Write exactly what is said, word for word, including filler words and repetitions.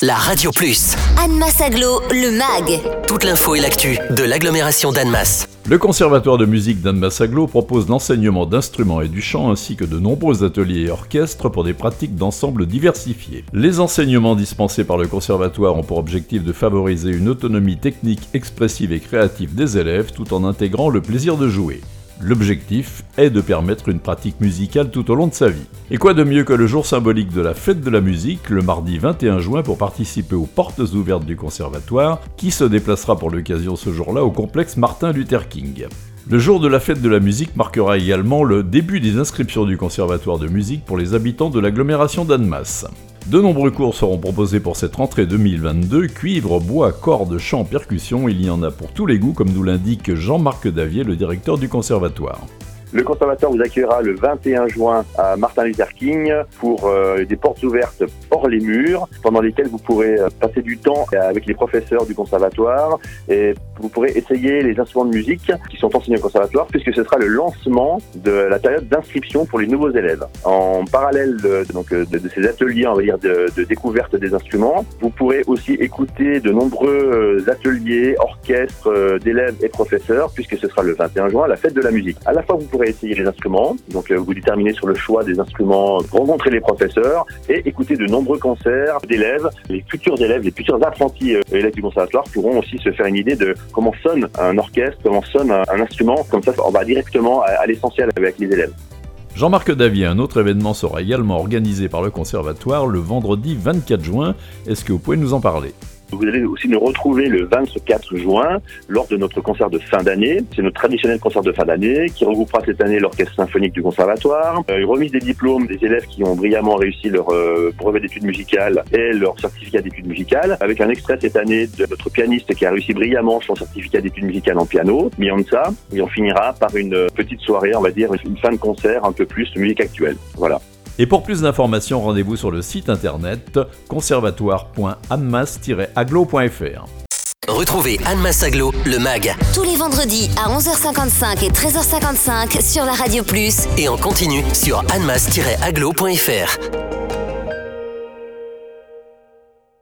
la Radio Plus. Annemasse Agglo, le mag. Toute l'info et l'actu de l'agglomération d'Annemasse. Le Conservatoire de musique d'Annemasse Agglo propose l'enseignement d'instruments et du chant ainsi que de nombreux ateliers et orchestres pour des pratiques d'ensemble diversifiées. Les enseignements dispensés par le Conservatoire ont pour objectif de favoriser une autonomie technique, expressive et créative des élèves tout en intégrant le plaisir de jouer. L'objectif est de permettre une pratique musicale tout au long de sa vie. Et quoi de mieux que le jour symbolique de la fête de la musique, le mardi vingt et un juin, pour participer aux portes ouvertes du Conservatoire, qui se déplacera pour l'occasion ce jour-là au complexe Martin Luther King. Le jour de la fête de la musique marquera également le début des inscriptions du Conservatoire de musique pour les habitants de l'agglomération d'Annemasse. De nombreux cours seront proposés pour cette rentrée deux mille vingt-deux, cuivre, bois, cordes, chant, percussion, il y en a pour tous les goûts comme nous l'indique Jean-Marc Davier, le directeur du Conservatoire. Le Conservatoire vous accueillera le vingt et un juin à Martin Luther King pour euh, des portes ouvertes hors les murs, pendant lesquelles vous pourrez euh, passer du temps avec les professeurs du Conservatoire et vous pourrez essayer les instruments de musique qui sont enseignés au Conservatoire, puisque ce sera le lancement de la période d'inscription pour les nouveaux élèves. En parallèle de, donc, de, de ces ateliers, on va dire, de, de découverte des instruments, vous pourrez aussi écouter de nombreux ateliers, orchestres euh, d'élèves et professeurs, puisque ce sera le vingt et un juin, la fête de la musique. À la fois, vous pourrez essayer les instruments, donc euh, vous déterminez sur le choix des instruments, rencontrer les professeurs et écouter de nombreux concerts d'élèves. Les futurs élèves, les futurs apprentis euh, élèves du conservatoire pourront aussi se faire une idée de comment sonne un orchestre, comment sonne un, un instrument. Comme ça, on va directement à, à l'essentiel avec les élèves. Jean-Marc Davier, un autre événement sera également organisé par le Conservatoire le vendredi vingt-quatre juin. Est-ce que vous pouvez nous en parler ? Vous allez aussi nous retrouver le vingt-quatre juin lors de notre concert de fin d'année. C'est notre traditionnel concert de fin d'année qui regroupera cette année l'orchestre symphonique du Conservatoire, euh, une remise des diplômes des élèves qui ont brillamment réussi leur euh, brevet d'études musicales et leur certificat d'études musicales, avec un extrait cette année de notre pianiste qui a réussi brillamment son certificat d'études musicales en piano, Mianza, et on finira par une petite soirée, on va dire une fin de concert un peu plus de musique actuelle. Voilà. Et pour plus d'informations, rendez-vous sur le site internet conservatoire point annemasse tiret agglo point f r. Retrouvez Annemasse Agglo, le mag. Tous les vendredis à onze heures cinquante-cinq et treize heures cinquante-cinq sur la Radio Plus. Et en continu sur annemasse tiret agglo point f r.